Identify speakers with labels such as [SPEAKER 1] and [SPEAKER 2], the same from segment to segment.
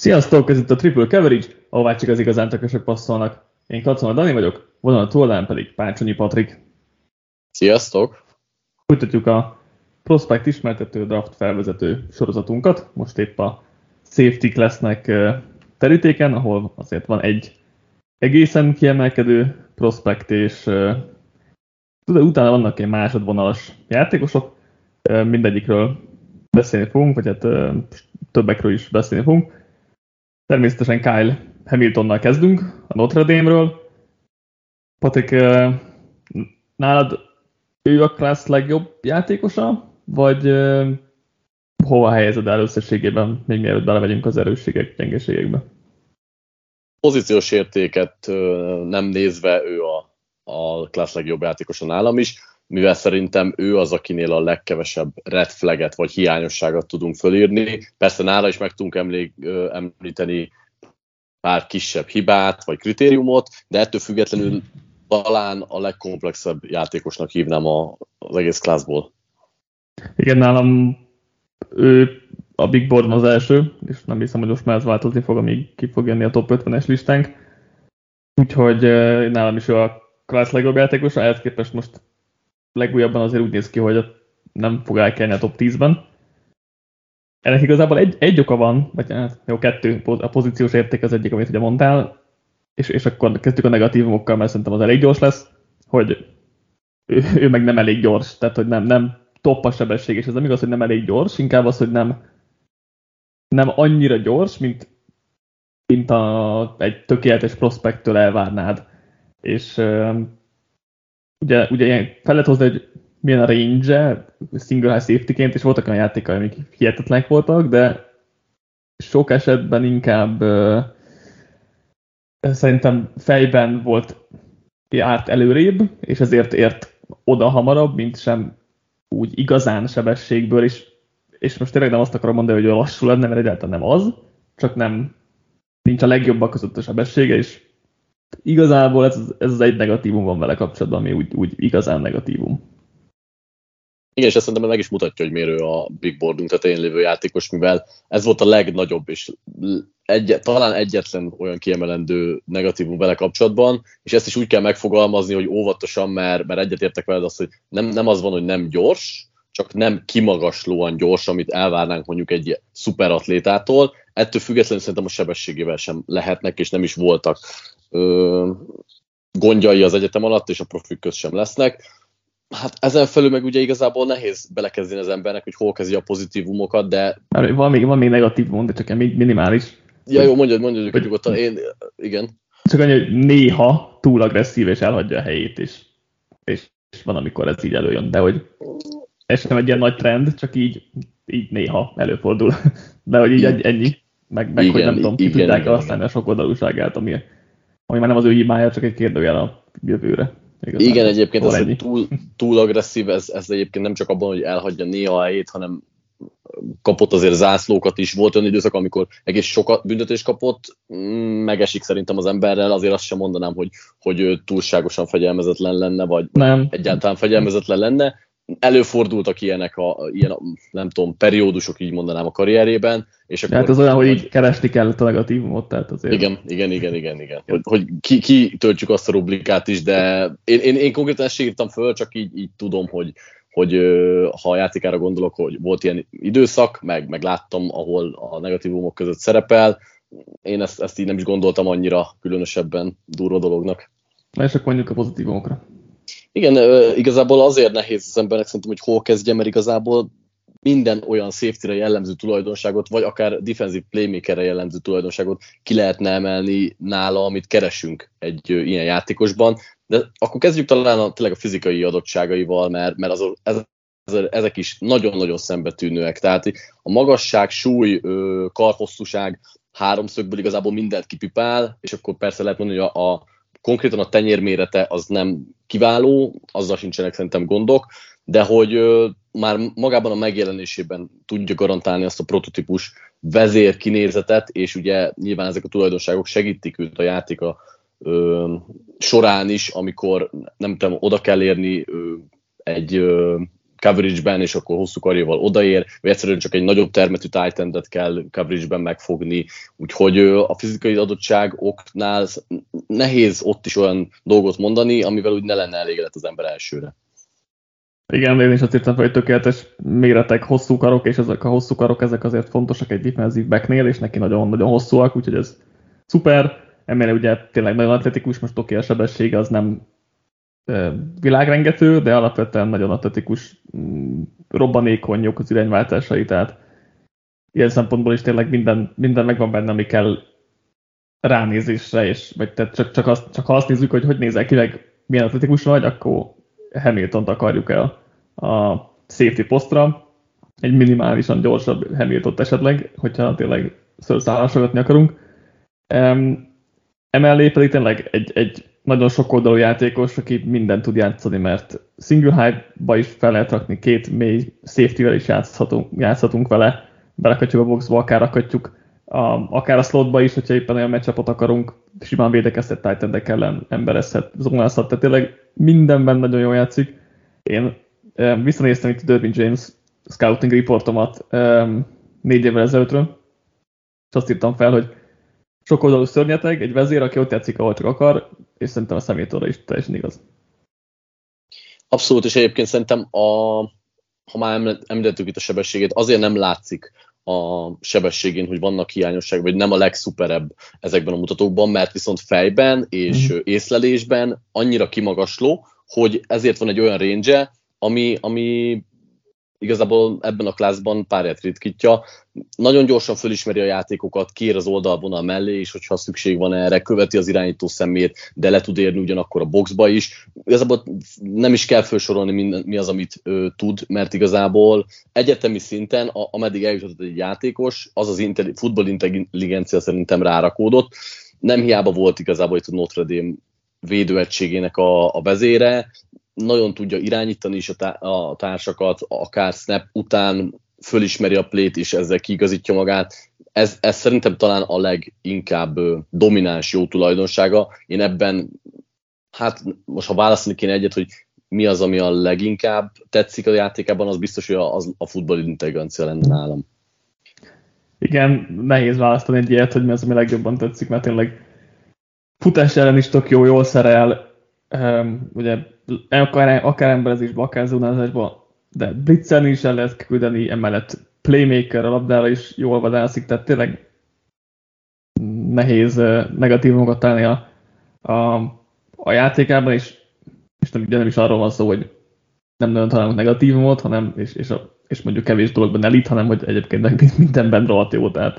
[SPEAKER 1] Sziasztok, ez itt a Triple Coverage, ahová csak az igazán tökösök passzolnak. Én Kacona Dani vagyok, vonal túlán pedig Pácsonyi Patrik.
[SPEAKER 2] Sziasztok!
[SPEAKER 1] Folytatjuk a Prospect ismertető draft felvezető sorozatunkat. Most épp a safety lesznek terítéken, ahol azért van egy egészen kiemelkedő prospect, és utána vannak egy másodvonalas játékosok. Mindegyikről beszélni fogunk, vagy hát többekről is beszélni fogunk. Természetesen Kyle Hamiltonnal kezdünk, a Notre Dame-ről. Patrik, nálad ő a class legjobb játékosa, vagy hova helyezed el összességében, még mielőtt belevegyünk az erősségek, gyengeségekbe?
[SPEAKER 2] Pozíciós értéket nem nézve ő a class legjobb játékosa nálam is, mivel szerintem ő az, akinél a legkevesebb red flaget vagy hiányosságot tudunk fölírni. Persze nála is meg tudunk említeni pár kisebb hibát vagy kritériumot, de ettől függetlenül talán a legkomplexebb játékosnak hívnám az egész classból.
[SPEAKER 1] Igen, nálam ő a Big Boardon az első, és nem hiszem, hogy most már ez változni fog, amíg ki fog jönni a top 50-es listánk. Úgyhogy nálam is ő a class legjobb játékosa, ehhez képest most legújabban azért úgy néz ki, hogy nem fog elkelni a top 10-ben. Ennek igazából egy oka van, vagy hát jó, kettő, a pozíciós érték az egyik, amit ugye mondtál, és akkor kezdjük a negatívumokkal, mert szerintem az elég gyors lesz, hogy ő meg nem elég gyors, tehát hogy nem top a sebesség, és ez nem igaz, hogy nem elég gyors, inkább az, hogy nem annyira gyors, mint egy tökéletes prospektől elvárnád. És ugye ilyen fel lehet hozni, hogy milyen a range-e single high safety-ként, és voltak olyan játékai, amik hihetetlenek voltak, de sok esetben inkább szerintem fejben volt járt előrébb, és ezért ért oda hamarabb, mint sem úgy igazán sebességből, és most tényleg nem azt akarom mondani, hogy lassú lenne, mert egyáltalán nem az, csak nincs a legjobbak között a sebessége, és igazából ez az egy negatívum van vele kapcsolatban, ami úgy igazán negatívum.
[SPEAKER 2] Igen, és ezt szerintem meg is mutatja, hogy miért ő a Big Boardunk tetején lévő játékos, mivel ez volt a legnagyobb, és talán egyetlen olyan kiemelendő negatívum vele kapcsolatban, és ezt is úgy kell megfogalmazni, hogy óvatosan, mert egyetértek veled azt, hogy nem az van, hogy nem gyors, csak nem kimagaslóan gyors, amit elvárnánk mondjuk egy szuperatlétától. Ettől függetlenül szerintem a sebességével sem lehetnek, és nem is voltak gondjai az egyetem alatt, és a profik közt sem lesznek. Hát ezen felül meg ugye igazából nehéz belekezdeni az embernek, hogy hol kezdje a pozitívumokat, de...
[SPEAKER 1] Van még negatívum, de csak minimális.
[SPEAKER 2] Ja, jó, mondjad nyugodtan. Igen.
[SPEAKER 1] Csak annyi, hogy néha túl agresszív és elhagyja a helyét, és van, amikor ez így előjön, de hogy ez sem egy ilyen nagy trend, csak így néha előfordul. De hogy így ennyi, meg igen, hogy nem tudom, ki tudják használni a sokoldalúságát, ami már nem az ő hibája, csak egy kérdőjel a jövőre.
[SPEAKER 2] Igazán igen, egyébként az, hogy túl agresszív, ez egyébként nem csak abban, hogy elhagyja néha a helyét, hanem kapott azért zászlókat is. Volt olyan időszak, amikor egész sokat büntetést kapott, megesik szerintem az emberrel, azért azt sem mondanám, hogy ő túlságosan fegyelmezetlen lenne, vagy nem. Egyáltalán fegyelmezetlen lenne. Előfordultak ilyen, nem tudom, periódusok, így mondanám a karrierében. És akkor,
[SPEAKER 1] tehát az olyan, hogy így keresni kellett a negatívumot, tehát azért...
[SPEAKER 2] Igen. Hogy ki töltjük azt a rubrikát is, de én konkrétan ezt írtam föl, csak így tudom, hogy ha a játékára gondolok, hogy volt ilyen időszak, meg láttam, ahol a negatívumok között szerepel, én ezt így nem is gondoltam annyira különösebben durva dolognak.
[SPEAKER 1] És akkor mondjuk a pozitívumokra.
[SPEAKER 2] Igen, igazából azért nehéz az embernek szerintem, hogy hol kezdjem, mert igazából minden olyan safety-re jellemző tulajdonságot, vagy akár defensive playmaker-re jellemző tulajdonságot ki lehetne emelni nála, amit keresünk egy ilyen játékosban. De akkor kezdjük talán tényleg a fizikai adottságaival, mert ezek is nagyon-nagyon szembetűnőek. Tehát a magasság, súly, karhosszúság háromszögből igazából mindent kipipál, és akkor persze lehet mondani, hogy konkrétan a tenyérmérete az nem kiváló, azzal sincsenek szerintem gondok, de hogy már magában a megjelenésében tudja garantálni azt a prototípus vezér kinézetet, és ugye nyilván ezek a tulajdonságok segítik őt a játéka során is, amikor nem tudom, oda kell érni egy coverage-ben, és akkor hosszú karjával odaér, vagy egyszerűen csak egy nagyobb termetű tight endet kell coverage-ben megfogni, úgyhogy a fizikai adottságoknál nehéz ott is olyan dolgot mondani, amivel úgy ne lenne elégedett az ember elsőre.
[SPEAKER 1] Igen, én is azt írtam fel, hogy tökéletes méretek, hosszú karok, és ezek a hosszú karok ezek azért fontosak egy defensive backnél, és neki nagyon-nagyon hosszúak, úgyhogy ez szuper. Emellé ugye tényleg nagyon atletikus, most oké, a sebessége az nem világrengető, de alapvetően nagyon atletikus, robbanékony, jók az irányváltásai, tehát ilyen szempontból is tényleg minden megvan benne, ami kell ránézésre, és vagy tehát csak ha azt nézzük, hogy nézel ki, meg milyen atletikus vagy, akkor Hamiltont akarjuk el a safety posztra, egy minimálisan gyorsabb Hamiltont esetleg, hogyha tényleg szőrszállásogatni akarunk. Emellé pedig tényleg egy nagyon sokoldalú játékos, aki mindent tud játszani, mert single high-ba is fel lehet rakni, két mély safety-vel is játszhatunk vele, berakatjuk a boxba, akár rakatjuk akár a slotba is, hogyha éppen olyan matchupot akarunk, simán védekezhet tight endek ellen, emberezhet, zónázhat, tehát tényleg mindenben nagyon jól játszik. Én visszanéztem itt a Derwin James scouting reportomat 4 évvel ezelőttről, és azt írtam fel, hogy sokoldalú szörnyeteg, egy vezér, aki ott játszik, ahol csak akar, és szerintem a személytóra is teljesen igaz.
[SPEAKER 2] Abszolút, és egyébként szerintem, ha már említettük itt a sebességét, azért nem látszik a sebességén, hogy vannak hiányosságok, vagy nem a legszuperebb ezekben a mutatókban, mert viszont fejben és észlelésben annyira kimagasló, hogy ezért van egy olyan range, ami igazából ebben a klászban párját ritkítja. Nagyon gyorsan fölismeri a játékokat, kér az oldalvonal mellé, és hogyha szükség van erre, követi az irányító szemét, de le tud érni ugyanakkor a boxba is. Igazából nem is kell felsorolni, mi az, amit tud, mert igazából egyetemi szinten, ameddig eljutott egy játékos, az futball intelligencia szerintem rárakódott. Nem hiába volt igazából itt a Notre Dame védőegységének a vezére, nagyon tudja irányítani is a társakat, akár snap után fölismeri a play-t, és ezzel kiigazítja magát. Ez szerintem talán a leginkább domináns jó tulajdonsága. Én ebben, hát most ha válaszolni kéne egyet, hogy mi az, ami a leginkább tetszik a játékában, az biztos, hogy a futball intelligencia lenne nálam.
[SPEAKER 1] Igen, nehéz választani egy ilyet, hogy mi az, ami legjobban tetszik, mert tényleg futás ellen is tök jól szerel, ugye akár emberezésbe, akár zónázásba, de blitzelni is el lehet küldeni, emellett playmaker a labdára is jól vadászik, tehát tényleg nehéz negatívumokat találni a játékában, és nem is arról van szó, hogy nem nagyon találunk negatívumot, hanem, és mondjuk kevés dologban elit, hanem hogy egyébként mindenben rohadt jó, tehát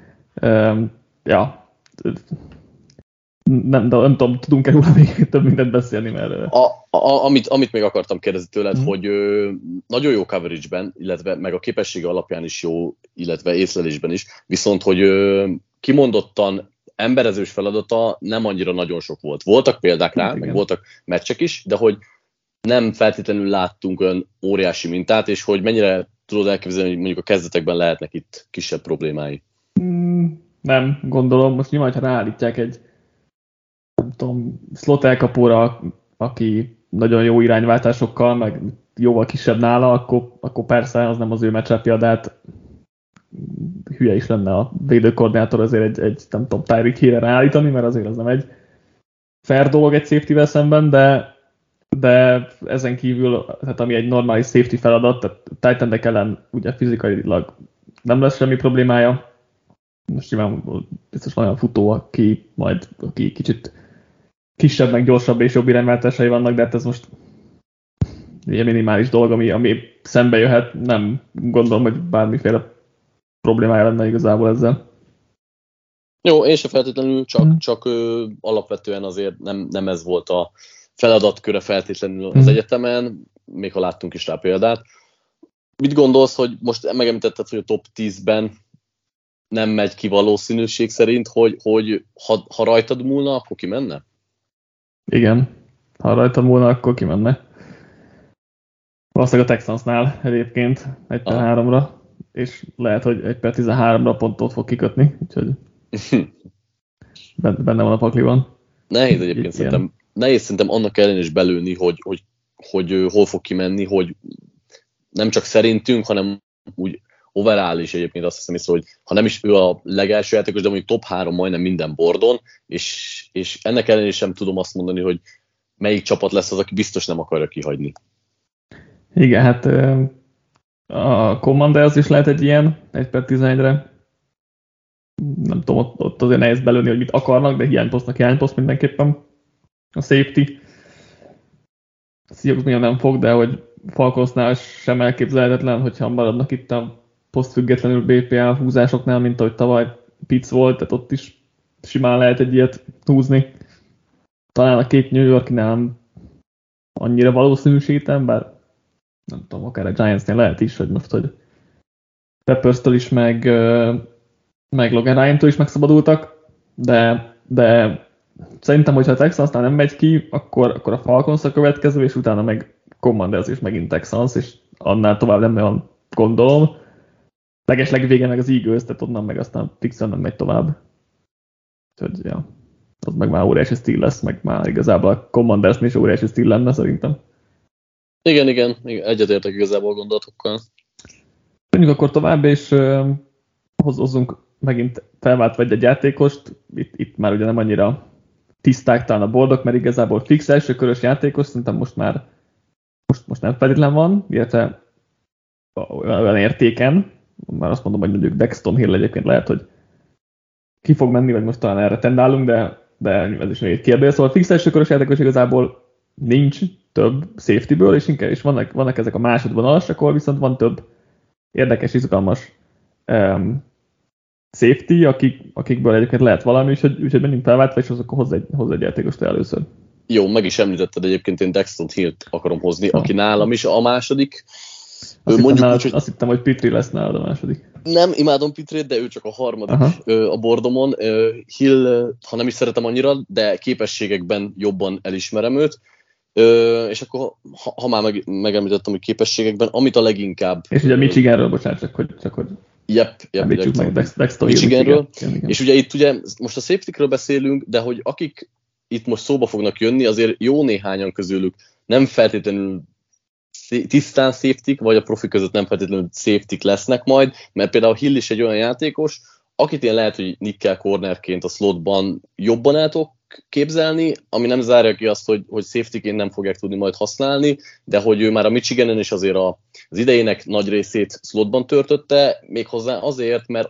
[SPEAKER 1] nem tudom, tudunk-e róla még több mindent beszélni, mert...
[SPEAKER 2] Amit még akartam kérdezni tőled, hogy nagyon jó coverage-ben, illetve meg a képessége alapján is jó, illetve észlelésben is, viszont hogy kimondottan emberezős feladata nem annyira nagyon sok volt. Voltak példák rá, meg voltak meccsek is, de hogy nem feltétlenül láttunk olyan óriási mintát, és hogy mennyire tudod elképzelni, hogy mondjuk a kezdetekben lehetnek itt kisebb problémái?
[SPEAKER 1] Nem, gondolom. Most nyilván, ha ráállítják egy nem tudom, slot elkapóra, aki nagyon jó irányváltásokkal, meg jóval kisebb nála, akkor persze az nem az ő matchupja, de hát hülye is lenne a védőkoordinátor azért egy nem tudom, Tyreek Hill-re ráállítani, mert azért az nem egy fair dolog egy safety-vel szemben, de ezen kívül, tehát ami egy normális safety feladat, tehát tight endek ellen ugye fizikailag nem lesz semmi problémája. Most nyilván biztos van olyan futó, aki kicsit kisebb, meg gyorsabb és jobb irányváltásai vannak, de hát ez most ilyen minimális dolog, ami szembe jöhet. Nem gondolom, hogy bármiféle problémája lenne igazából ezzel.
[SPEAKER 2] Jó, én sem feltétlenül, csak alapvetően azért nem ez volt a feladatköre feltétlenül az egyetemen, még ha láttunk is rá példát. Mit gondolsz, hogy most megemlítetted, hogy a top 10-ben nem megy ki valószínűség szerint, hogy ha rajtad múlna, akkor ki menne?
[SPEAKER 1] Igen, ha rajtad múlna, akkor ki menne. Valószínűleg a Texansnál egyébként 1/3-ra, és lehet, hogy 1/13-ra pont ott fog kikötni, úgyhogy benne van a pakliban.
[SPEAKER 2] Nehéz egyébként szerintem annak ellen is belőni, hogy hol fog kimenni, hogy nem csak szerintünk, hanem úgy overall is egyébként azt hiszem, hogy ha nem is ő a legelső játékos, de mondjuk top 3 majdnem minden bordon, és ennek ellenére sem tudom azt mondani, hogy melyik csapat lesz az, aki biztos nem akarja kihagyni.
[SPEAKER 1] Igen, hát a Commanders is lehet egy ilyen, 1/11-re. Nem tudom, ott azért nehéz belőni, hogy mit akarnak, de hiányposzt mindenképpen. A safety. A Seahawks még nem fog, de hogy Falconsnál sem elképzelhetetlen, hogyha maradnak itt a posztfüggetlenül BPA húzásoknál, mint ahogy tavaly Pitts volt, tehát ott is simán lehet egy ilyet húzni. Talán a két New Yorkinál annyira valószínűsítem, bár nem tudom, akár a Giantsnél lehet is, hogy most, hogy Peppers-től is, meg Logan Ryan-től is megszabadultak, de szerintem, hogyha a Texansnál nem megy ki, akkor a Falcons a következő, és utána meg Commanders is megint Texans, és annál tovább nem olyan gondolom. Legesleg vége meg az Eagles, tehát onnan meg aztán fixen nem megy tovább. Úgyhogy, ja, az meg már óriási stíl lesz, meg már igazából a Commandersnél is óriási stíl lenne szerintem.
[SPEAKER 2] Igen, egyetértek igazából a gondolatokkal.
[SPEAKER 1] Menjünk akkor tovább, és hozzunk megint felváltva egy játékost. Itt már ugye nem annyira tiszták talán a bordok, mert igazából fix elsőkörös játékos, szerintem most nem feltétlen van, illetve olyan értéken, már azt mondom, hogy mondjuk Daxton Hill egyébként lehet, hogy ki fog menni, vagy most talán erre tendálunk, de ez is még egy kérdés. Szóval fix elsőkörös játékos igazából nincs több safetyből, és inkább is vannak ezek a másodvonalas, akkor viszont van több érdekes, izgalmas safety, akikből egyébként lehet valami, úgyhogy menjünk felváltva, és akkor hozzá egy játékost először.
[SPEAKER 2] Jó, meg is említetted egyébként, én Daxton Hillt akarom hozni, aki nálam is a második.
[SPEAKER 1] Azt hittem, hogy Pitri lesz nálad a második.
[SPEAKER 2] Nem, imádom Pitrét, de ő csak a harmadik a bordomon. Hill, ha nem is szeretem annyira, de képességekben jobban elismerem őt. És akkor, ha már megemlítettem, hogy képességekben, amit a leginkább...
[SPEAKER 1] És ugye Michiganről, bocsánat, csak hogy...
[SPEAKER 2] Yep, Michiganről. És ugye itt ugye most a safety-kről beszélünk, de hogy akik itt most szóba fognak jönni, azért jó néhányan közülük nem feltétlenül tisztán safety-k, vagy a profi között nem feltétlenül safety-k lesznek majd, mert például Hill is egy olyan játékos, akit én lehet, hogy nickel cornerként a slotban jobban el tudok képzelni, ami nem zárja ki azt, hogy safety-ként nem fogják tudni majd használni, de hogy ő már a Michiganen is azért az idejének nagy részét slotban töltötte, méghozzá azért, mert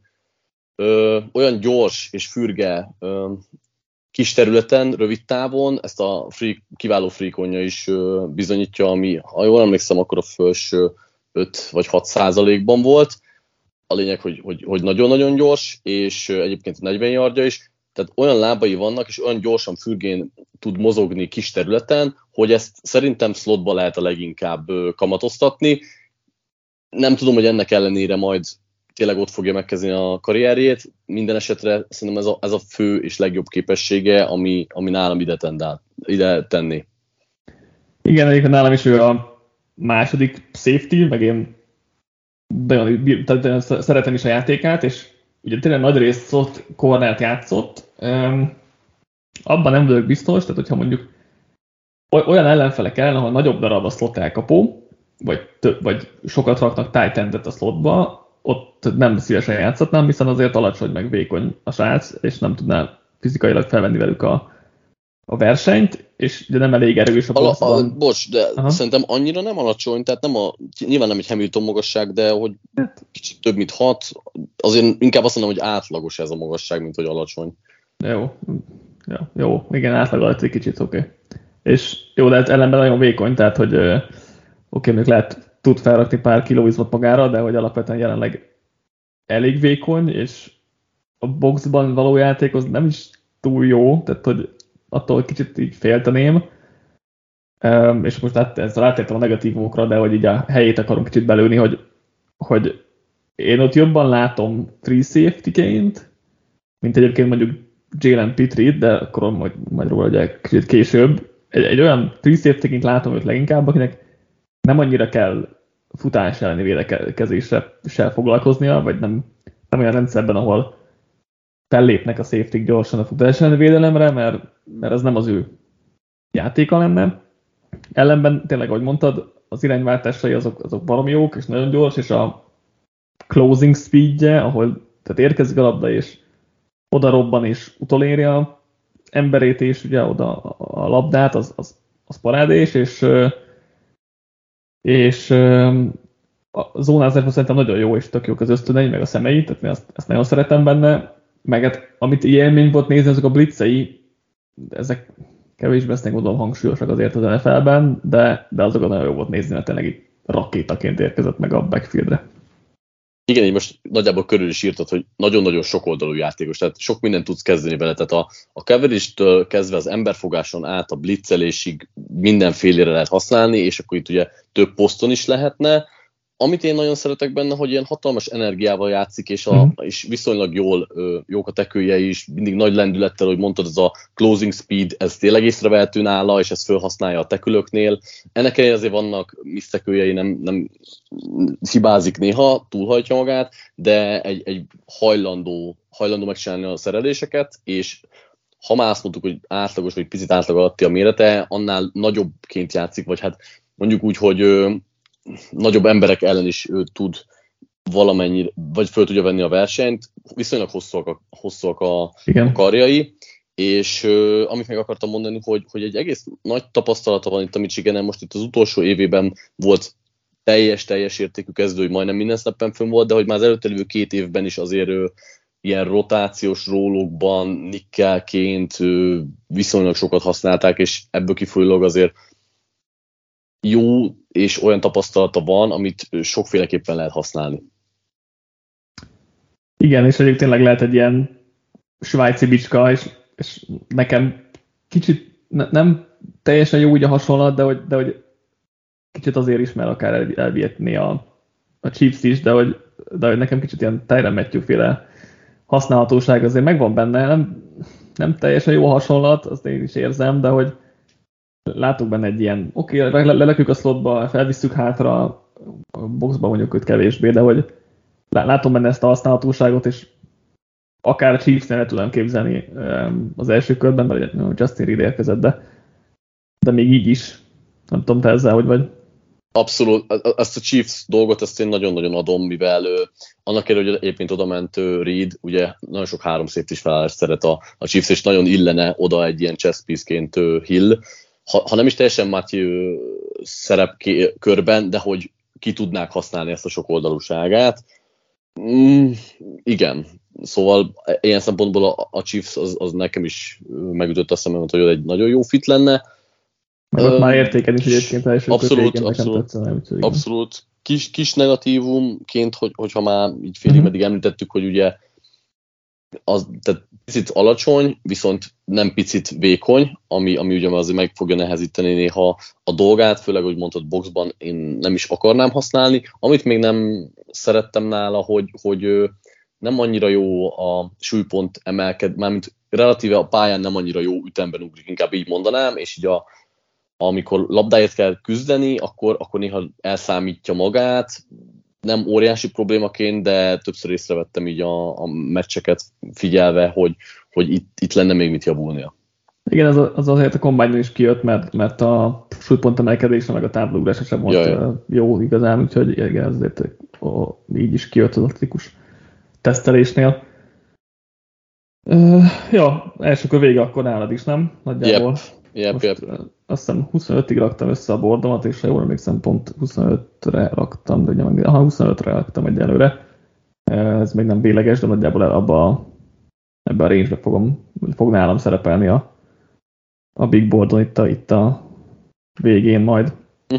[SPEAKER 2] olyan gyors és fürge kis területen, rövid távon, ezt a kiváló freakonja is bizonyítja, ami, ha jól emlékszem, akkor a felső 5 vagy 6%-ban volt. A lényeg, hogy nagyon-nagyon gyors, és egyébként 40 yardja is, tehát olyan lábai vannak, és olyan gyorsan fürgén tud mozogni kis területen, hogy ezt szerintem slotba lehet a leginkább kamatoztatni. Nem tudom, hogy ennek ellenére majd tényleg ott fogja megkezdeni a karrierjét. Minden esetre szerintem ez a fő és legjobb képessége, ami nálam ide tenni.
[SPEAKER 1] Igen, egyébként nálam is ő a második safety, meg én nagyon szeretem is a játékát, és ugye tényleg nagy részt cornert játszott. Abban nem vagyok biztos, tehát hogyha mondjuk olyan ellenfelek ellen, ahol nagyobb darab a slot elkapó, vagy sokat raknak tight endet a slotba, ott nem szívesen játszhatnám, hiszen azért alacsony meg vékony a srác, és nem tudná fizikailag felvenni velük a versenyt, és ugye nem elég erős a posztban.
[SPEAKER 2] Bocs, de szerintem annyira nem alacsony, tehát nyilván nem egy Hamilton magasság, de hogy kicsit több mint 6, azért inkább azt mondom, hogy átlagos ez a magasság, mint hogy alacsony.
[SPEAKER 1] Jó, igen, átlag alatt egy kicsit, oké. És jó, de ellenben nagyon vékony, tehát hogy még tud felrakni pár kilóizmot magára, de hogy alapvetően jelenleg elég vékony, és a boxban való játék az nem is túl jó, tehát hogy attól kicsit így félteném, és most ezzel átértem a negatívokra, de hogy így a helyét akarom kicsit belőni, hogy én ott jobban látom free safety-ként, mint egyébként mondjuk Jalen Pitre-t, de akkor majd róla ugye kicsit később. Egy olyan free safety-ként látom őt leginkább, akinek nem annyira kell futás elleni védekezéssel foglalkoznia, vagy nem olyan rendszerben, ahol fellépnek a safety-k gyorsan a futás elleni védelemre, mert ez nem az ő játéka lenne. Ellenben tényleg, ahogy mondtad, az irányváltásai azok baromi jók, és nagyon gyors, és a closing speedje, ahol tehát érkezik a labda, és oda robban, és utolérja emberét, és ugye oda a labdát, az parádés, és a zónázásban szerintem nagyon jó, és tök jók az ösztönei, meg a szemei, tehát én ezt nagyon szeretem benne, meg hát, amit ilyen élmény volt nézni, azok a blitzei, ezek kevésbé lesznek gondolom hangsúlyosak azért az NFL-ben, de azokat nagyon jó volt nézni, mert tényleg itt rakétaként érkezett meg a backfieldre.
[SPEAKER 2] Igen, így most nagyjából körül is írtad, hogy nagyon-nagyon sokoldalú játékos, tehát sok mindent tudsz kezdeni vele, tehát a coverage-től kezdve az emberfogáson át a blitzelésig mindenfélére lehet használni, és akkor itt ugye több poszton is lehetne. Amit én nagyon szeretek benne, hogy ilyen hatalmas energiával játszik, és viszonylag jók a tekőjei is, mindig nagy lendülettel, hogy mondtad, ez a closing speed, ez tényleg észrevehető nála, és ezt felhasználja a tekülöknél. Ennek azért vannak misztekőjei, nem hibázik néha, túlhajtja magát, de egy hajlandó megcsinálni a szereléseket, és ha már azt mondtuk, hogy átlagos, vagy picit átlag alatti a mérete, annál nagyobbként játszik, vagy hát mondjuk úgy, hogy nagyobb emberek ellen is tud valamennyire, vagy föl tudja venni a versenyt, viszonylag hosszúak a karjai, és amit meg akartam mondani, hogy egy egész nagy tapasztalata van itt a Michiganen, most itt az utolsó évében volt teljes értékű kezdő, hogy majdnem minden snappen fönn volt, de hogy már az előtte lévő 2 évben is azért ilyen rotációs rólokban, nikkelként viszonylag sokat használták, és ebből kifolyólag azért jó és olyan tapasztalata van, amit sokféleképpen lehet használni.
[SPEAKER 1] Igen, és egyébként tényleg lehet egy ilyen svájci bicska, és nekem kicsit nem teljesen jó úgy a hasonlat, de hogy kicsit azért is, mert akár elvihetné a Chiefs is, de hogy nekem kicsit ilyen Tyrann Mathieu-féle használhatóság azért megvan benne, nem teljesen jó a hasonlat, azt én is érzem, de hogy látok benne egy ilyen, lelekjük a slotba, felvisszük hátra, a boxba mondjuk őt kevésbé, de hogy látom benne ezt a használhatóságot, és akár a Chiefs-nél el tudom képzelni az első körben, mert Justin Reed érkezett, de még így is. Nem tudom, te ezzel hogy vagy?
[SPEAKER 2] Abszolút, ezt a Chiefs dolgot ezt én nagyon-nagyon adom, mivel annak ellenére, hogy egyébként oda ment Reed, ugye nagyon sok 3 safety-s felállást szeret a Chiefs, és nagyon illene oda egy ilyen chess piece-ként Hill, ha nem is teljesen Mathieu szerepkörben, de hogy ki tudnák használni ezt a sokoldalúságát. Igen, szóval ilyen szempontból a Chiefs az nekem is megütött a szememet, hogy egy nagyon jó fit lenne.
[SPEAKER 1] Meg ott már értéken is egyébként első
[SPEAKER 2] abszolút. Kis negatívumként, hogyha már így félig meddig említettük, hogy ugye tehát picit alacsony, viszont nem picit vékony, ami ugye azért meg fogja nehezíteni néha a dolgát, főleg, hogy mondtad, boxban én nem is akarnám használni. Amit még nem szerettem nála, hogy nem annyira jó a súlypont mármint relatíve a pályán nem annyira jó ütemben ugrik, inkább így mondanám, és így amikor labdáért kell küzdeni, akkor néha elszámítja magát, nem óriási problémaként, de többször észrevettem így a meccseket figyelve, hogy itt lenne még mit javulnia.
[SPEAKER 1] Igen, az azért a combine-on is kijött, mert a súlypont emelkedésre meg a táblaugrásra sem volt jó igazán, úgyhogy igen, azért így is kijött az atlétikus tesztelésnél. Első kör vége akkor nálad is, nem? Nagyjából.
[SPEAKER 2] Yep.
[SPEAKER 1] Azt hiszem 25-ig raktam össze a bordomat, és ha jól emlékszem, pont 25-re raktam, de ugye 25-re raktam egyelőre. Ez még nem véleges, de nagyjából ebben a range-be fog nálam szerepelni a big boardon itt a végén majd.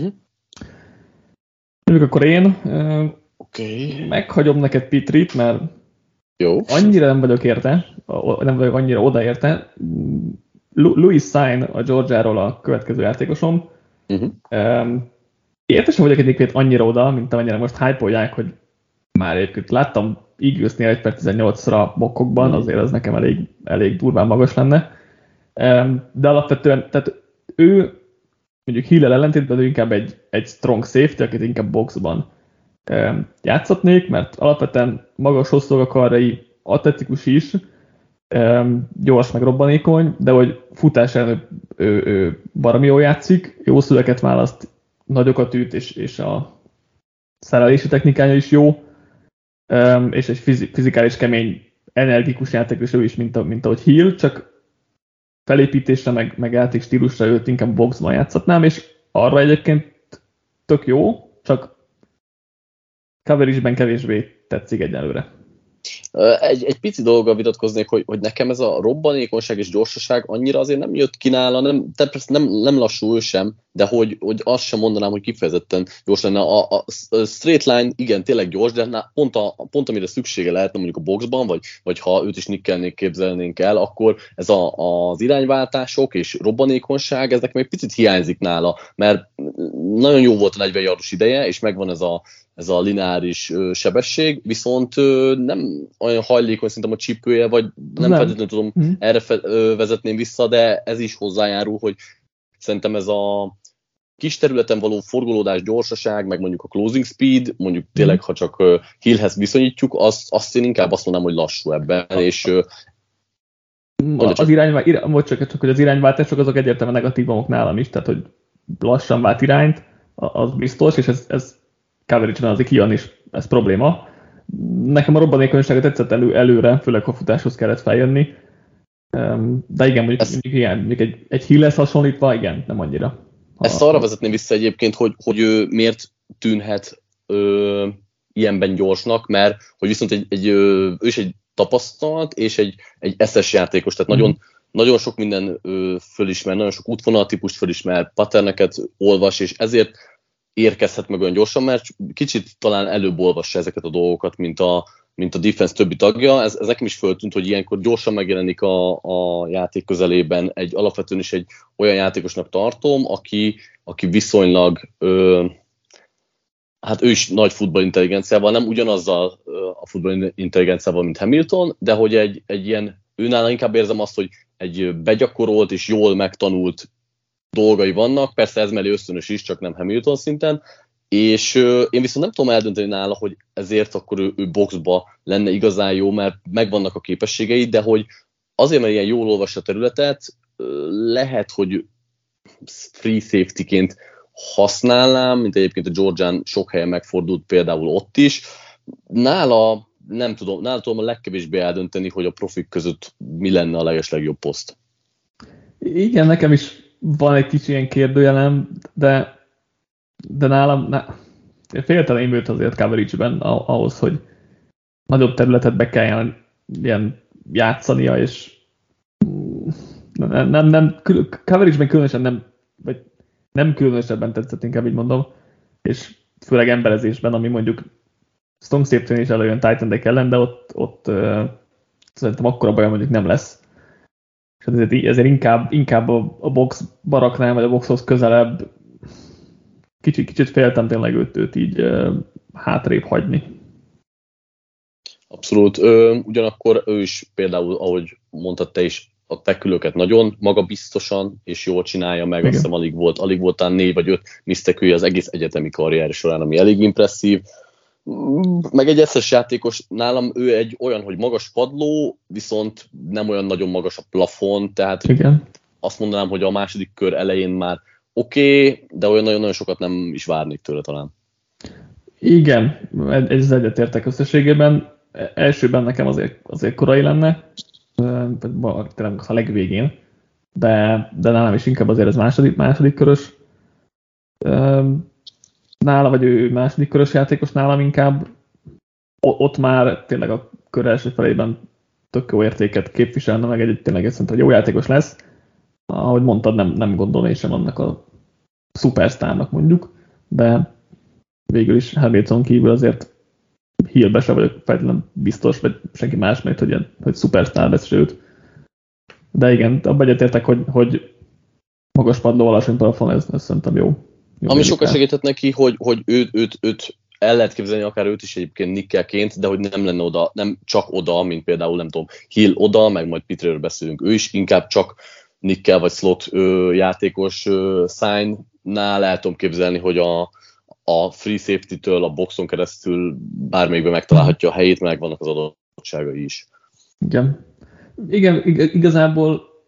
[SPEAKER 1] Mondjuk akkor én meghagyom neked Pitrit, mert
[SPEAKER 2] jó.
[SPEAKER 1] Annyira nem vagyok érte, nem vagyok annyira odaérte. Louis Sain a Georgiáról a következő játékosom. Értesen vagyok egyébként annyira oda, mint amennyire most hype-olják, hogy már egyébként láttam Eaglesnél 1/18-ra bokkokban, azért az nekem elég durván magas lenne. De alapvetően, tehát ő mondjuk Hill-el ellentétben, ő inkább egy strong safety, akit inkább boxban játszatnék, mert alapvetően magas, hosszú a karjai, atletikus is, gyors, meg robbanékony, de hogy futás ellen ő baromi jól játszik, jó szüleket választ, nagyokat üt, és a szerelési technikája is jó, és egy fizikális, kemény, energikus játékos ő is, mint ahogy Hill, csak felépítésre, meg játék stílusra őt inkább boxban játszatnám, és arra egyébként tök jó, csak coverage-ben kevésbé tetszik egyelőre.
[SPEAKER 2] Egy pici dologgal vitatkoznék, hogy nekem ez a robbanékonyság és gyorsaság annyira azért nem jött ki nála, nem lassú ő sem, de hogy azt sem mondanám, hogy kifejezetten gyors lenne. A straight line igen, tényleg gyors, de pont amire szüksége lehetne mondjuk a boxban, vagy ha őt is nikkelnék, képzelnénk el, akkor ez az irányváltások és robbanékonyság, ez nekem egy picit hiányzik nála, mert nagyon jó volt a 40 yardos ideje, és megvan ez a lineáris sebesség, viszont nem olyan hajlékony szerintem a csípője, vagy nem feltétlenül tudom, erre vezetném vissza, de ez is hozzájárul, hogy szerintem ez a kis területen való forgolódás, gyorsaság, meg mondjuk a closing speed, mondjuk tényleg, ha csak Hillhez viszonyítjuk, azt én inkább azt mondanám, hogy lassú ebben, és
[SPEAKER 1] az irányváltások azok egyértelműen negatívumok nálam is, tehát hogy lassan vált irányt, az biztos, és ez coverage-ben azért kijön, és ez probléma. Nekem a robbanékonysága tetszett előre, főleg ha futáshoz kellett feljönni. De igen, mondjuk egy Hillhez hasonlítva, igen, nem annyira.
[SPEAKER 2] Ezt arra vezetném vissza egyébként, hogy ő miért tűnhet ilyenben gyorsnak, mert hogy viszont ő is egy tapasztalt és egy eszes játékos, tehát nagyon sok minden fölismer, nagyon sok útvonaltípust fölismer, patterneket olvas, és ezért érkezhet meg olyan gyorsan, mert kicsit talán előbb olvassa ezeket a dolgokat, mint a defense többi tagja. Ez nekem is föltűnt, hogy ilyenkor gyorsan megjelenik a játék közelében. Alapvetően is egy olyan játékosnak tartom, aki viszonylag, hát ő is nagy futballintelligenciával, nem ugyanazzal a futballintelligenciával, mint Hamilton, de hogy egy ilyen, őnála inkább érzem azt, hogy egy begyakorolt és jól megtanult dolgai vannak, persze ez mellé ösztönös is, csak nem Hamilton szinten, és én viszont nem tudom eldönteni nála, hogy ezért akkor ő boxba lenne igazán jó, mert megvannak a képességei, de hogy azért, mert ilyen jól olvas a területet, lehet, hogy free safety-ként használnám, mint egyébként a Georgián sok helyen megfordult például ott is. Nála tudom a legkevésbé eldönteni, hogy a profik között mi lenne a legeslegjobb poszt.
[SPEAKER 1] Igen, nekem is van egy kicsi ilyen kérdőjelem, de nálam féltelen őt azért coverage-ben ahhoz, hogy nagyobb területet be kelljen ilyen játszania, és coverage-ben különösen nem különösebben tetszett, inkább így mondom, és főleg emberezésben, ami mondjuk strong safety-n is előjön Titan Deck ellen, de ott szerintem akkora baj mondjuk nem lesz. És ezért inkább a box baraknál, vagy a boxhoz közelebb kicsit féltem tényleg őt így hátrébb hagyni.
[SPEAKER 2] Abszolút. Ugyanakkor ő is például, ahogy mondtad te is, a tekülőket nagyon magabiztosan és jól csinálja meg. Azt hiszem alig volt talán 4 vagy 5 misztekülje az egész egyetemi karrier során, ami elég impresszív. Meg egy eszes játékos, nálam ő egy olyan, hogy magas padló, viszont nem olyan nagyon magas a plafon, tehát azt mondanám, hogy a második kör elején már oké, de olyan nagyon-nagyon sokat nem is várnék tőle talán. Igen,
[SPEAKER 1] ez egyetértek összességében. Elsőben nekem azért korai lenne, tényleg a legvégén, de nálam is inkább azért ez második körös. Nála, vagy ő második körös játékos, nálam inkább ott már tényleg a kör első felében tök jó értéket képviselne, meg tényleg szerintem, hogy jó játékos lesz. Ahogy mondtad, nem gondolom én sem annak a szupersztárnak mondjuk, de végül is Hamilton kívül azért Hillbe se vagyok feltétlenül biztos, vagy senki más, mert hogy szupersztár lesz őt. De igen, abban egyetértek, hogy magas padló, alacsony plafon, ez szerintem jó.
[SPEAKER 2] Ami sokkal segített neki, hogy őt el lehet képzelni akár őt is egyébként nikkelként, de hogy nem lenne oda, nem csak oda, mint például nem tudom, Hill oda, meg majd Pitrről beszélünk, ő is inkább csak nickel vagy slot játékos sign-nál el tudom képzelni, hogy a free safety-től a boxon keresztül bármelyikben megtalálhatja a helyét, meg vannak az adottságai is.
[SPEAKER 1] Igen, igazából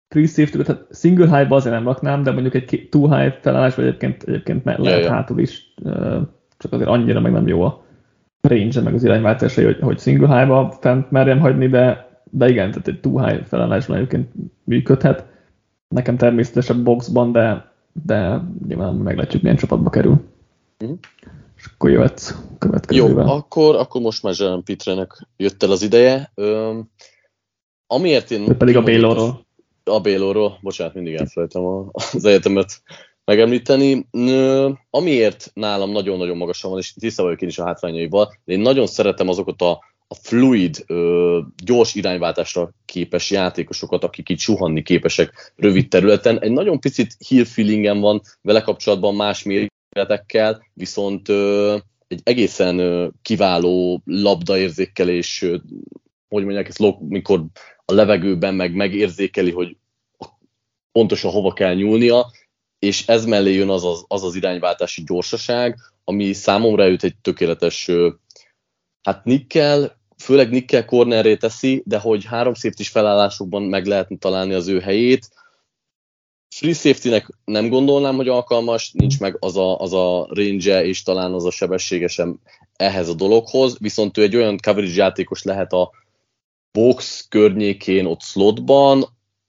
[SPEAKER 1] free safety, tehát single high-ba azért nem raknám, de mondjuk egy two high felállás, vagy egyébként lehet hátul is, csak azért annyira meg nem jó a range meg az irányváltásai, hogy single high-ba fent merjem hagyni, de igen, tehát egy two high felállásban egyébként működhet. Nekem természetesen boxban, de nyilván meglátjuk, milyen csapatba kerül. És akkor jöhetsz következővel.
[SPEAKER 2] Jó, akkor most már Jalen Pitrenek jött el az ideje. Amiért én...
[SPEAKER 1] Pedig a Baylorról.
[SPEAKER 2] A Baylorról, bocsánat, mindig elfelejtem az egyetemet megemlíteni. Amiért nálam nagyon-nagyon magasan van, és tiszta vagyok én is a hátrányaival, de én nagyon szeretem azokat a fluid, gyors irányváltásra képes játékosokat, akik így suhanni képesek rövid területen. Egy nagyon picit heel feelingem van vele kapcsolatban más méretekkel, viszont egy egészen kiváló labdaérzékelés, hogy mondják ezt, mikor a levegőben megérzékeli, hogy pontosan hova kell nyúlnia, és ez mellé jön az irányváltási gyorsaság, ami számomra jut egy tökéletes, hát főleg nickel cornerré teszi, de hogy három safety-s felállásokban meg lehetne találni az ő helyét. Free safety-nek nem gondolnám, hogy alkalmas, nincs meg az a range és talán az a sebessége sem ehhez a dologhoz, viszont ő egy olyan coverage játékos lehet a box környékén, ott slotban,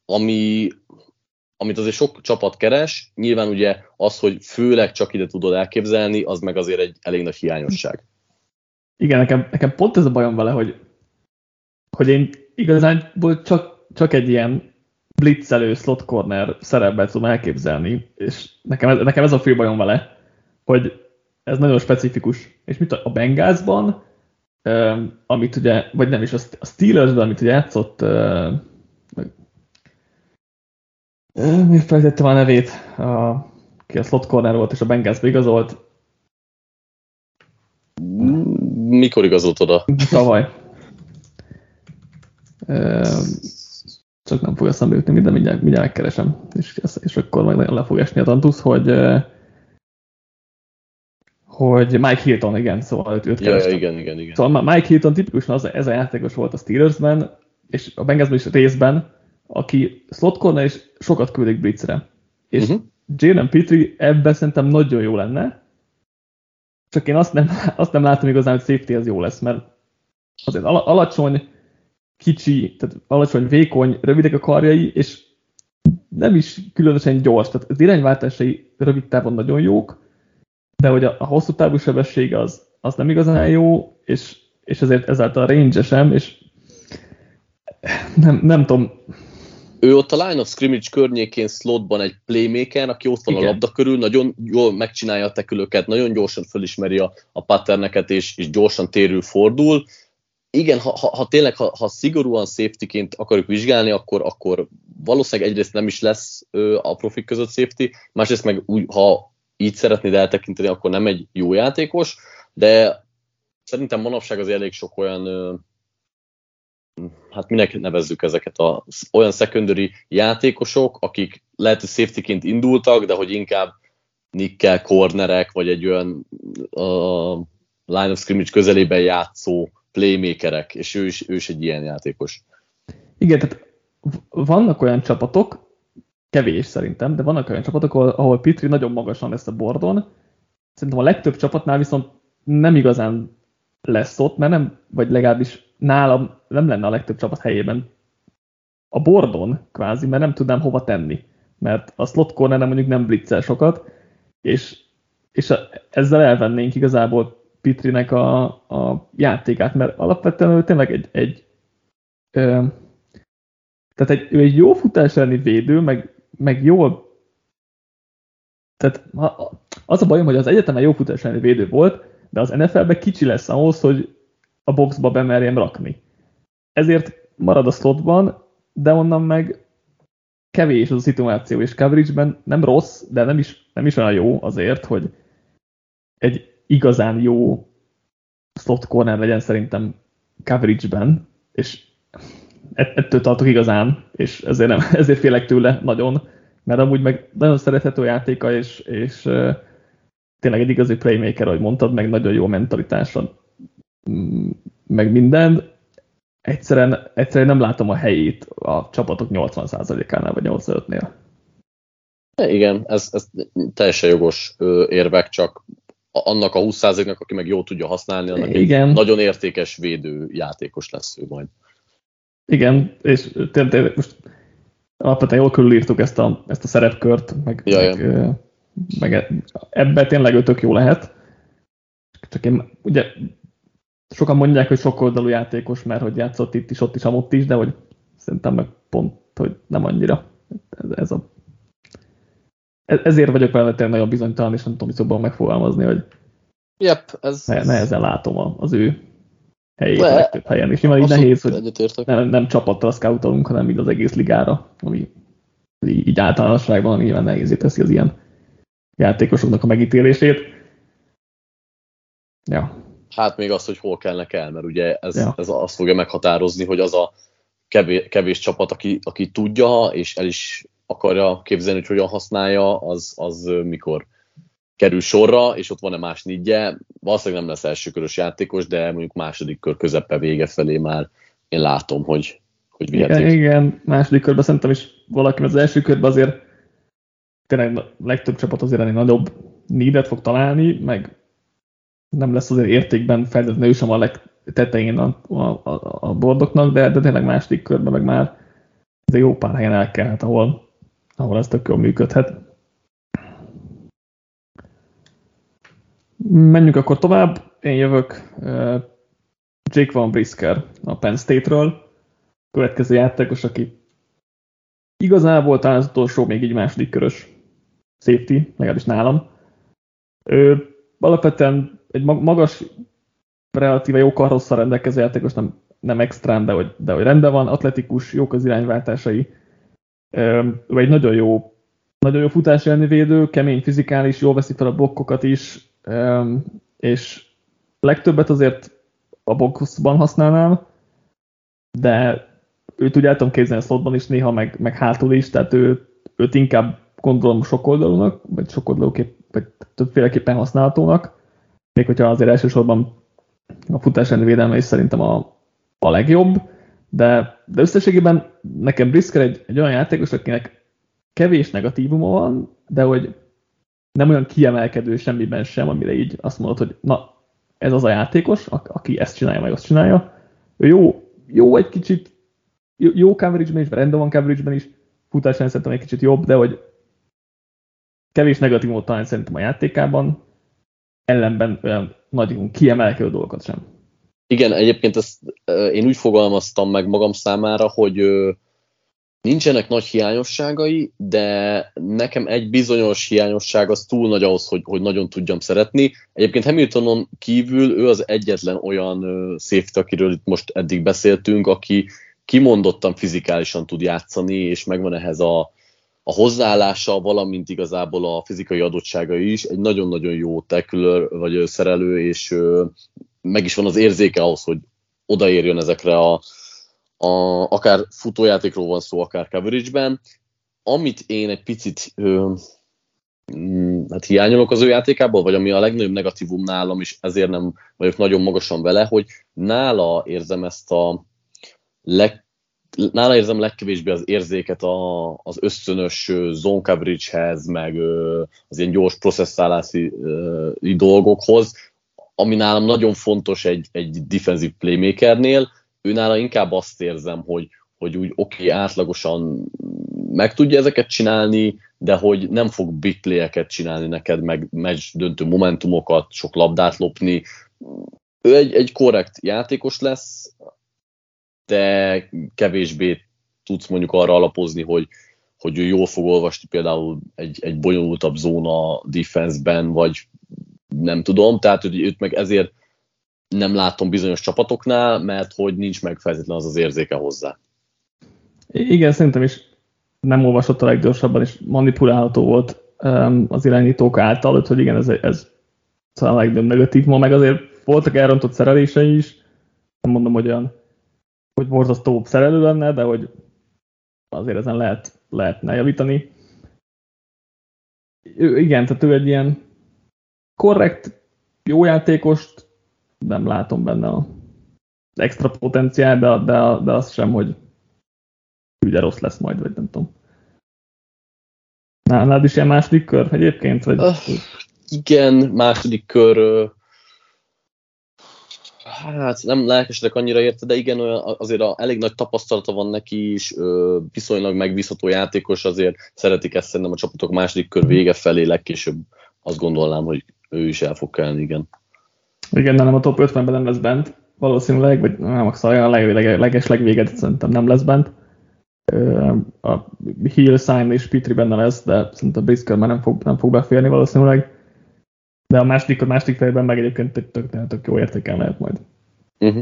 [SPEAKER 2] amit azért sok csapat keres, nyilván ugye az, hogy főleg csak ide tudod elképzelni, az meg azért egy elég nagy hiányosság.
[SPEAKER 1] Igen, nekem pont ez a bajom vele, hogy én igazából csak egy ilyen blitzelő slot corner szerepben tudom elképzelni, és nekem ez a fő bajom vele, hogy ez nagyon specifikus. És mit a Bengalsban, amit ugye, vagy nem is, a Steelersben, amit ugye játszott, miért felejtettem a nevét, ki a slot corner volt, és a Bengalsba igazolt.
[SPEAKER 2] Mikor igazolt oda?
[SPEAKER 1] Tavaly. Csak nem fog eszembe jutni, de mindjárt megkeresem, és akkor majd nagyon le fog esni a tantusz, hogy Mike Hilton, igen, szóval őt kerestem.
[SPEAKER 2] Igen.
[SPEAKER 1] Szóval Mike Hilton tipikusan ez a játékos volt a Steelersben, és a Bengalsban is részben, aki slot corner és sokat küldik blitzre. És Jalen Pitre ebben szerintem nagyon jó lenne, csak én azt nem látom igazán, hogy safety az jó lesz, mert azért alacsony, kicsi, tehát alacsony, vékony, rövidek a karjai, és nem is különösen gyors. Tehát az irányváltásai rövid távon nagyon jók, de hogy a hosszú távú sebessége az nem igazán jó, és ezért ezáltal a range sem, és nem tudom.
[SPEAKER 2] Ő ott a line of scrimmage környékén slotban egy playmaker, aki ott van a labda körül, nagyon jól megcsinálja a tekülőket, nagyon gyorsan fölismeri a patterneket, és gyorsan térül, fordul. Igen, ha szigorúan safety-ként akarjuk vizsgálni, akkor valószínűleg egyrészt nem is lesz a profik között safety, másrészt meg ha így szeretnéd eltekinteni, akkor nem egy jó játékos, de szerintem manapság az elég sok olyan, hát minek nevezzük ezeket, olyan secondary játékosok, akik lehet, hogy safety-ként indultak, de hogy inkább nickel cornerek, vagy egy olyan line of scrimmage közelében játszó playmakerek, és ő is egy ilyen játékos.
[SPEAKER 1] Igen, tehát vannak olyan csapatok, kevés szerintem, de vannak olyan csapatok, ahol Pitre nagyon magasan lesz a boardon. Szerintem a legtöbb csapatnál viszont nem igazán lesz ott, mert nem, vagy legalábbis nálam nem lenne a legtöbb csapat helyében a boardon kvázi, mert nem tudnám hova tenni. Mert a slot corner mondjuk nem blitzel sokat, és ezzel elvennénk igazából Pitrinek a játékát, mert alapvetően ő tényleg ő egy jó futás elleni védő, meg jól. Tehát az a bajom, hogy az egyetemen jó futás elleni védő volt, de az NFL-ben kicsi lesz ahhoz, hogy a boxba bemerjem rakni. Ezért marad a slotban, de onnan meg kevés az a szituáció, és coverage-ben nem rossz, de nem is olyan jó azért, hogy egy igazán jó slot corner legyen szerintem coverage-ben, és ettől tartok igazán, és ezért félek tőle nagyon, mert amúgy meg nagyon szerethető játéka, és tényleg egy igazi playmaker, ahogy mondtad, meg nagyon jó mentalitása, meg minden. egyszerűen nem látom a helyét a csapatok 80%-ánál vagy 85-nél.
[SPEAKER 2] Igen, ez teljesen jogos érvek, csak annak a 20%-nak, aki meg jól tudja használni, annak egy nagyon értékes védőjátékos lesz ő majd.
[SPEAKER 1] Igen, és tényleg most alapvetően jól körülírtuk ezt a szerepkört, meg ebben tényleg ő tök jó lehet. Csak én, ugye sokan mondják, hogy sokoldalú játékos, mert hogy játszott itt is, ott is, amott is, de hogy szerintem meg pont, hogy nem annyira. Ezért vagyok vele tényleg nagyon bizonytalan, és nem tudom szóban megfogalmazni, hogy nehezen látom az ő helyét a legtöbb helyen. És nyilván így nehéz, hogy nem csapattal scoutolunk, hanem így az egész ligára, ami így általánosságban nyilván nehézé teszi az ilyen játékosoknak a megítélését. Ja.
[SPEAKER 2] Hát még az, hogy hol kellnek el, mert ugye ez azt fogja meghatározni, hogy az a kevés csapat, aki tudja, és el is akarja képzelni, hogy hogyan használja, az mikor kerül sorra, és ott van-e más nidje. Valószínűleg nem lesz elsőkörös játékos, de mondjuk második kör közepe vége felé már én látom, hogy vihetik.
[SPEAKER 1] Igen, második körben szerintem is valaki, az első körben azért tényleg a legtöbb csapat azért ennél nagyobb needet fog találni, meg nem lesz azért értékben feltétlenül sem a legtetején a bordoknak, de tényleg második körben meg már azért jó pár helyen elkelhet, ahol ez tök jól működhet. Menjünk akkor tovább. Én jövök Jake Van Brisker a Penn State-ről. Következő játékos, aki igazából talán az utolsó még így második körös safety, legalábbis nálam. Ő alapvetően egy magas, relatíve jó karrosszal rendelkező játékos, nem extrán, de hogy rendben van, atletikus, jók az irányváltásai. Ő egy nagyon jó futás elleni védő, kemény, fizikális, jól veszi fel a blokkokat is, és legtöbbet azért a boxban használnám, de őt úgy el tudom képzelni a slotban is néha, meg hátul is, tehát őt inkább gondolom sokoldalúnak, vagy vagy többféleképpen használhatónak, még hogyha azért elsősorban a futás elleni védelme is szerintem a legjobb, de összességében nekem Brisker egy olyan játékos, akinek kevés negatívuma van, de hogy nem olyan kiemelkedő semmiben sem, amire így azt mondod, hogy na, ez az a játékos, aki ezt csinálja, meg azt csinálja. Ő jó egy kicsit, jó coverage-ben is, rendben van coverage-ben is, futásán szerintem egy kicsit jobb, de hogy kevés negatívumot talán szerintem a játékában, ellenben olyan nagyon kiemelkedő dolgokat sem.
[SPEAKER 2] Igen, egyébként ezt én úgy fogalmaztam meg magam számára, hogy nincsenek nagy hiányosságai, de nekem egy bizonyos hiányosság az túl nagy ahhoz, hogy nagyon tudjam szeretni. Egyébként Hamiltonon kívül ő az egyetlen olyan safety, akiről itt most eddig beszéltünk, aki kimondottan fizikálisan tud játszani, és megvan ehhez a hozzáállása, valamint igazából a fizikai adottságai is. Egy nagyon-nagyon jó tackler vagy szerelő, és meg is van az érzéke ahhoz, hogy odaérjön ezekre akár futójátékról van szó, akár coverage-ben. Amit én egy picit hiányolok az ő játékából, vagy ami a legnagyobb negatívum nálam, és ezért nem vagyok nagyon magasan vele, hogy nála érzem legkevésbé az érzéket az ösztönös zone coverage-hez, meg az ilyen gyors processzálási dolgokhoz, ami nálam nagyon fontos egy defensive playmakernél. Ő nála inkább azt érzem, hogy úgy átlagosan meg tudja ezeket csinálni, de hogy nem fog big play-eket csinálni neked, meg meccs döntő momentumokat, sok labdát lopni. Ő egy korrekt játékos lesz, de kevésbé tudsz mondjuk arra alapozni, hogy ő jól fog olvasni például egy bonyolultabb zóna defense-ben, vagy nem tudom, tehát hogy őt meg ezért nem látom bizonyos csapatoknál, mert hogy nincs meg feltétlenül az érzéke hozzá.
[SPEAKER 1] Igen, szerintem is nem olvasott a leggyorsabban, és manipulálható volt az irányítók által, hogy igen, ez talán a legnagyobb negatív. Ma meg azért voltak elrontott szerelései is, nem mondom, hogy olyan, hogy borzasztó szerelő lenne, de hogy azért ezen lehetne javítani. Igen, tehát ő egy ilyen korrekt, jó játékost, nem látom benne extra potenciál, de az sem, hogy ugye rossz lesz majd, vagy nem tudom. Nálad is ilyen második kör egyébként? Vagy...
[SPEAKER 2] Igen, második kör, hát nem lelkesedek annyira érte, de igen, azért elég nagy tapasztalata van neki is, viszonylag megbízható játékos, azért szeretik ezt szerintem a csapatok második kör vége felé, legkésőbb azt gondolnám, hogy ő is el fog kelni, igen.
[SPEAKER 1] Igen, nem a top 50-ben nem lesz bent, valószínűleg, vagy nem a legvéget szerintem nem lesz bent. A Hill, Simon és Petri benne lesz, de szerintem Brisker már nem fog beférni valószínűleg. De a második fejben meg egyébként tök jó értéken lehet majd.
[SPEAKER 2] Uh-huh.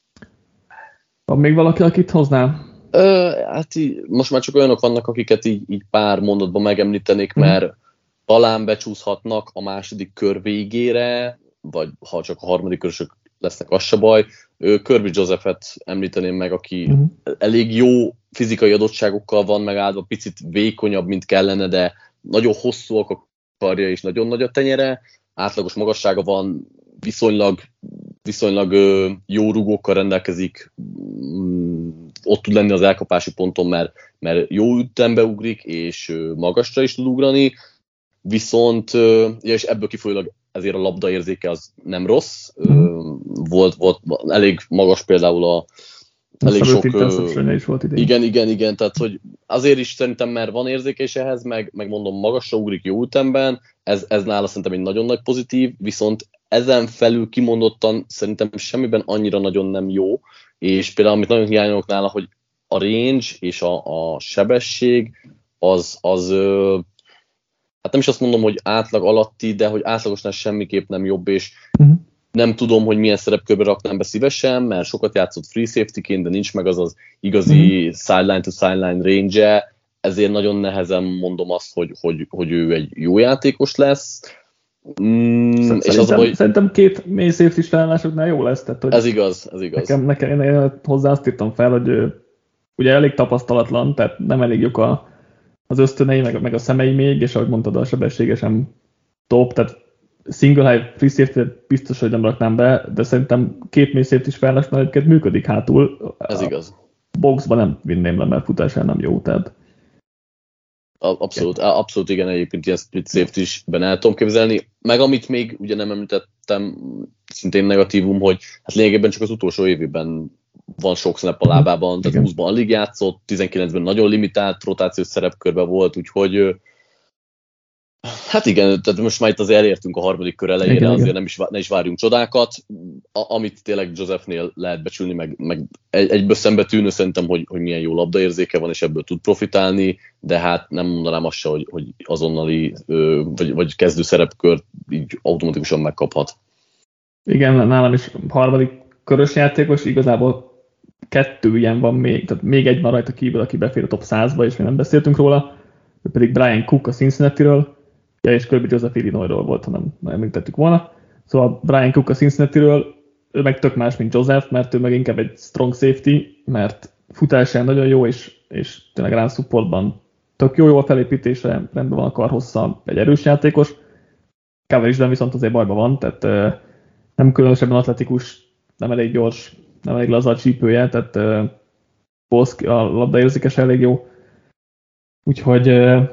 [SPEAKER 1] Van még valaki, akit hoznál?
[SPEAKER 2] Hát most már csak olyanok vannak, akiket így pár mondatban megemlítenék, mert talán becsúszhatnak a második kör végére, vagy ha csak a harmadik körösök lesznek, az se baj. Kirby Josephet említeném meg, aki elég jó fizikai adottságokkal van megáldva, picit vékonyabb, mint kellene, de nagyon hosszúak a karja és nagyon nagy a tenyere, átlagos magassága van, viszonylag jó rugókkal rendelkezik, ott tud lenni az elkapási ponton, mert jó ütembe ugrik, és magasra is tud ugrani, viszont, és ebből kifolyólag ezért a labdaérzéke az nem rossz, volt elég magas például elég sok...
[SPEAKER 1] is volt idén.
[SPEAKER 2] Igen, tehát hogy azért is szerintem, mert van érzéke is ehhez, meg mondom, magasra ugrik jó ütemben, ez nála szerintem egy nagyon nagy pozitív, viszont ezen felül kimondottan szerintem semmiben annyira nagyon nem jó, és például amit nagyon hiányolok nála, hogy a range és a sebesség az hát nem is azt mondom, hogy átlag alatti, de hogy átlagosnál semmiképp nem jobb, és nem tudom, hogy milyen szerepkörbe raknám be szívesen, mert sokat játszott free safety-ként, de nincs meg az igazi sideline-to-sideline range-e, ezért nagyon nehezen mondom azt, hogy ő egy jó játékos lesz.
[SPEAKER 1] Szerintem két mély safety-s felállásoknál jó lesz. Tehát, hogy
[SPEAKER 2] ez igaz.
[SPEAKER 1] Nekem én hozzá azt írtam fel, hogy ugye elég tapasztalatlan, tehát nem elég jók az ösztönei, meg a szemei még, és ahogy mondtad, a sebessége sem top, tehát single high free safety biztos, hogy nem raknám be, de szerintem két mély safety-s felállásnál egyébként működik hátul.
[SPEAKER 2] Ez igaz.
[SPEAKER 1] Boxban nem vinném le, mert futásán nem jó, tehát...
[SPEAKER 2] Abszolút igen, egyébként ilyen split safety-ben el tudom képzelni. Meg amit még ugye nem említettem, szintén negatívum, hogy hát lényegében csak az utolsó évében van sok snap a lábában, tehát 20-ban alig játszott, 19-ben nagyon limitált rotációs szerepkörben volt, úgyhogy hát igen, tehát most már itt azért elértünk a harmadik kör elejére, azért ne is várjunk csodákat. Amit tényleg Josephnél lehet becsülni, meg egyből szembe tűnő szerintem, hogy milyen jó labdaérzéke van, és ebből tud profitálni, de hát nem mondanám azt se, hogy azonnali vagy kezdő szerepkört így automatikusan megkaphat.
[SPEAKER 1] Igen, nálam is harmadik körös játékos, igazából 2 ilyen van még, tehát még egy van rajta kívül, aki befér a top 100-ba, és mi nem beszéltünk róla, ő pedig Brian Cook a Cincinnati-ről, és Kirby Joseph Illinoisról volt, ha nem említettük volna. Szóval Brian Cook a Cincinnati-ről, ő meg tök más, mint Joseph, mert ő meg inkább egy strong safety, mert futásán nagyon jó, és tényleg run supportban tök jó a felépítése, rendben van a karhossza, egy erős játékos. Coverage-ben viszont azért bajban van, tehát nem különösebben atletikus, nem elég gyors, nem elég laza a csípője, tehát a labdaérzékes elég jó. Úgyhogy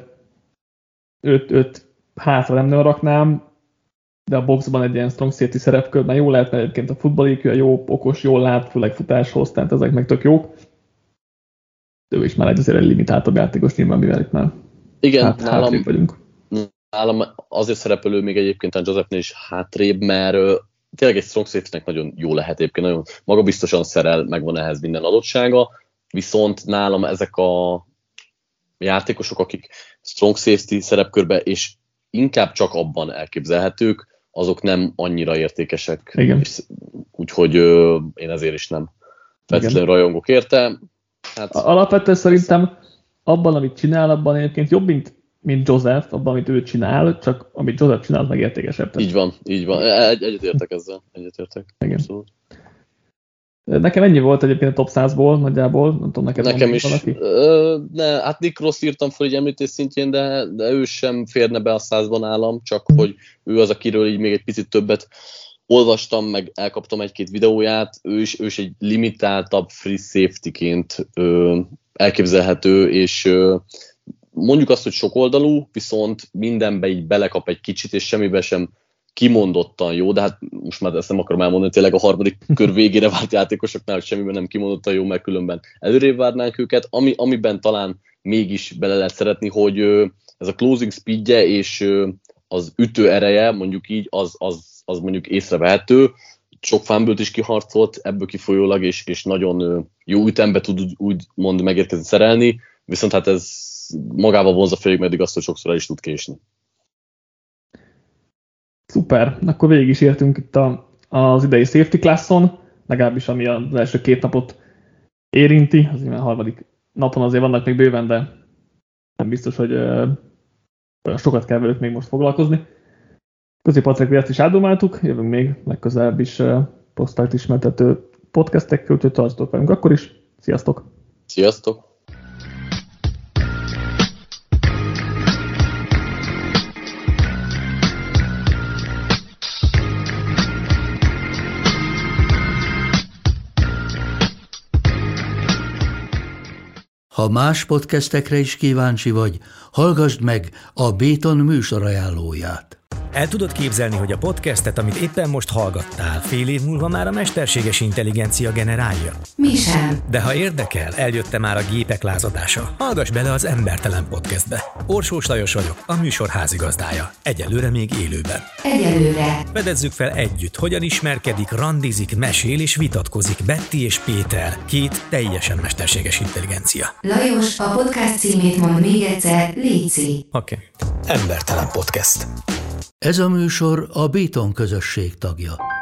[SPEAKER 1] őt hátra nem raknám, de a boxban egy ilyen strong safety szerepkörben jó lehet, mert egyébként a futballikja jó, okos, jól lát, főleg futáshoz, tehát ezek meg tök jók. Ő is már azért egy limitáltabb játékos nyilván, mivel itt már hátrébb vagyunk.
[SPEAKER 2] Nálam azért szerepelő még egyébként a Josephnél is hátrébb, mert tényleg egy strong safety-nek nagyon jó lehet egyébként, nagyon magabiztosan szerel, megvan ehhez minden adottsága, viszont nálam ezek a játékosok, akik strong safety szerepkörbe és inkább csak abban elképzelhetők, azok nem annyira értékesek. Úgyhogy én ezért is nem feltétlenül rajongok érte. Hát...
[SPEAKER 1] Alapvetően szerintem abban, amit csinál, abban egyébként jobb, mint Joseph, abban, amit ő csinál, csak amit Joseph csinál, az meg értékesebb.
[SPEAKER 2] Így van. Egyetértek ezzel. Abszolút.
[SPEAKER 1] Nekem ennyi volt egyébként a top 100-ból nagyjából, nem tudom, neked
[SPEAKER 2] nekem is.
[SPEAKER 1] Valaki?
[SPEAKER 2] Hát Nick Ross írtam fel egy említés szintjén, de ő sem férne be a 100-ban nálam, csak hogy ő az, akiről így még egy picit többet olvastam, meg elkaptam egy-két videóját, ő is egy limitáltabb free safety-ként elképzelhető, és mondjuk azt, hogy sokoldalú, viszont mindenbe így belekap egy kicsit, és semmibe sem kimondottan jó, de hát most már ezt nem akarom elmondani, tényleg a harmadik kör végére várt játékosoknál, hogy semmiben nem kimondottan jó, mert különben előrébb várnánk őket. Amiben talán mégis bele lehet szeretni, hogy ez a closing speedje és az ütő ereje, mondjuk így, az mondjuk észrevehető. Sok fumble-t is kiharcolt ebből kifolyólag, és nagyon jó ütembe tud úgymond megérkezni szerelni, viszont hát ez magával vonza félig meddig azt, hogy sokszor el is tud késni.
[SPEAKER 1] Szuper, akkor végig is értünk itt az idei safety classon, legalábbis ami az első 2 napot érinti, az a harmadik napon azért vannak még bőven, de nem biztos, hogy sokat kell velük még most foglalkozni. Középatrekre ezt is átdomáltuk, jövünk még legközelebb is prospekt ismertető podcastekkel, úgyhogy tartsatok velünk akkor is. Sziasztok!
[SPEAKER 2] Sziasztok!
[SPEAKER 3] Ha más podcastekre is kíváncsi vagy, hallgassd meg a Béton műsor ajánlóját.
[SPEAKER 4] El tudod képzelni, hogy a podcastet, amit éppen most hallgattál, fél év múlva már a mesterséges intelligencia generálja?
[SPEAKER 5] Mi sem.
[SPEAKER 4] De ha érdekel, eljött már a gépek lázadása. Hallgass bele az Embertelen Podcastbe. Orsós Lajos vagyok, a műsor házigazdája. Egyelőre még élőben.
[SPEAKER 5] Egyelőre.
[SPEAKER 4] Fedezzük fel együtt, hogyan ismerkedik, randizik, mesél és vitatkozik Betty és Péter, 2 teljesen mesterséges intelligencia.
[SPEAKER 5] Lajos, a podcast címét mondd még egyszer, léci.
[SPEAKER 4] Oké. Embertelen Podcast.
[SPEAKER 3] Ez a műsor a Béton közösség tagja.